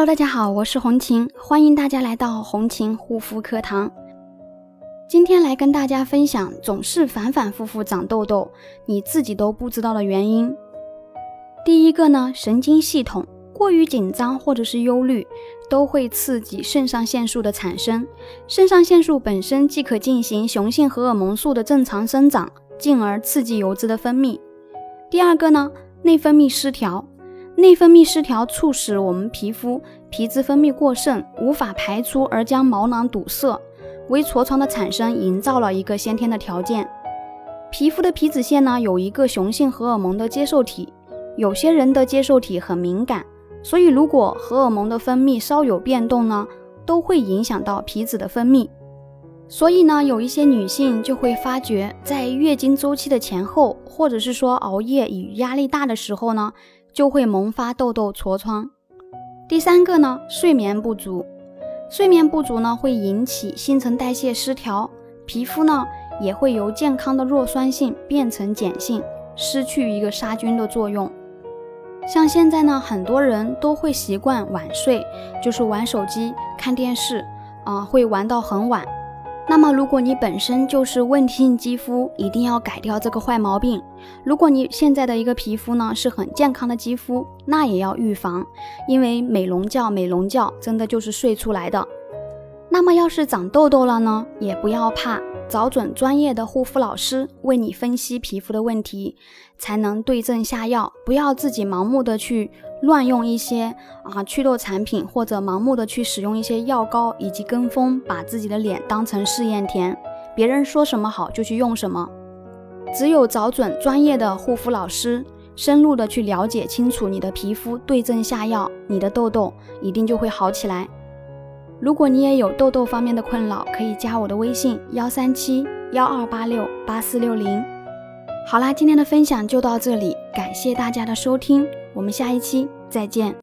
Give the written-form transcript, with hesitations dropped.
Hello， 大家好，我是红琴，欢迎大家来到红琴护肤课堂。今天来跟大家分享总是反反复复长痘痘，你自己都不知道的原因。第一个呢，神经系统过于紧张或者是忧虑，都会刺激肾上腺素的产生。肾上腺素本身既可进行雄性荷尔蒙素的正常生长，进而刺激油脂的分泌。第二个呢，内分泌失调。内分泌失调促使我们皮脂分泌过剩，无法排出而将毛囊堵塞，为痤疮的产生营造了一个先天的条件。皮肤的皮脂腺呢，有一个雄性荷尔蒙的接受体，有些人的接受体很敏感，所以如果荷尔蒙的分泌稍有变动呢，都会影响到皮脂的分泌。所以呢，有一些女性就会发觉，在月经周期的前后，或者是说熬夜与压力大的时候呢，就会萌发痘痘痤疮。第三个呢，睡眠不足。睡眠不足呢，会引起新陈代谢失调，皮肤呢也会由健康的弱酸性变成碱性，失去一个杀菌的作用。像现在呢，很多人都会习惯晚睡，就是玩手机、看电视会玩到很晚。那么如果你本身就是问题性肌肤，一定要改掉这个坏毛病。如果你现在的一个皮肤呢是很健康的肌肤，那也要预防，因为美容觉真的就是睡出来的。那么要是长痘痘了呢，也不要怕，找准专业的护肤老师为你分析皮肤的问题，才能对症下药。不要自己盲目的去乱用一些祛痘产品，或者盲目的去使用一些药膏，以及跟风把自己的脸当成试验田，别人说什么好就去用什么。只有找准专业的护肤老师，深入的去了解清楚你的皮肤，对症下药，你的痘痘一定就会好起来。如果你也有痘痘方面的困扰，可以加我的微信137-1286-8460。好啦，今天的分享就到这里，感谢大家的收听，我们下一期再见。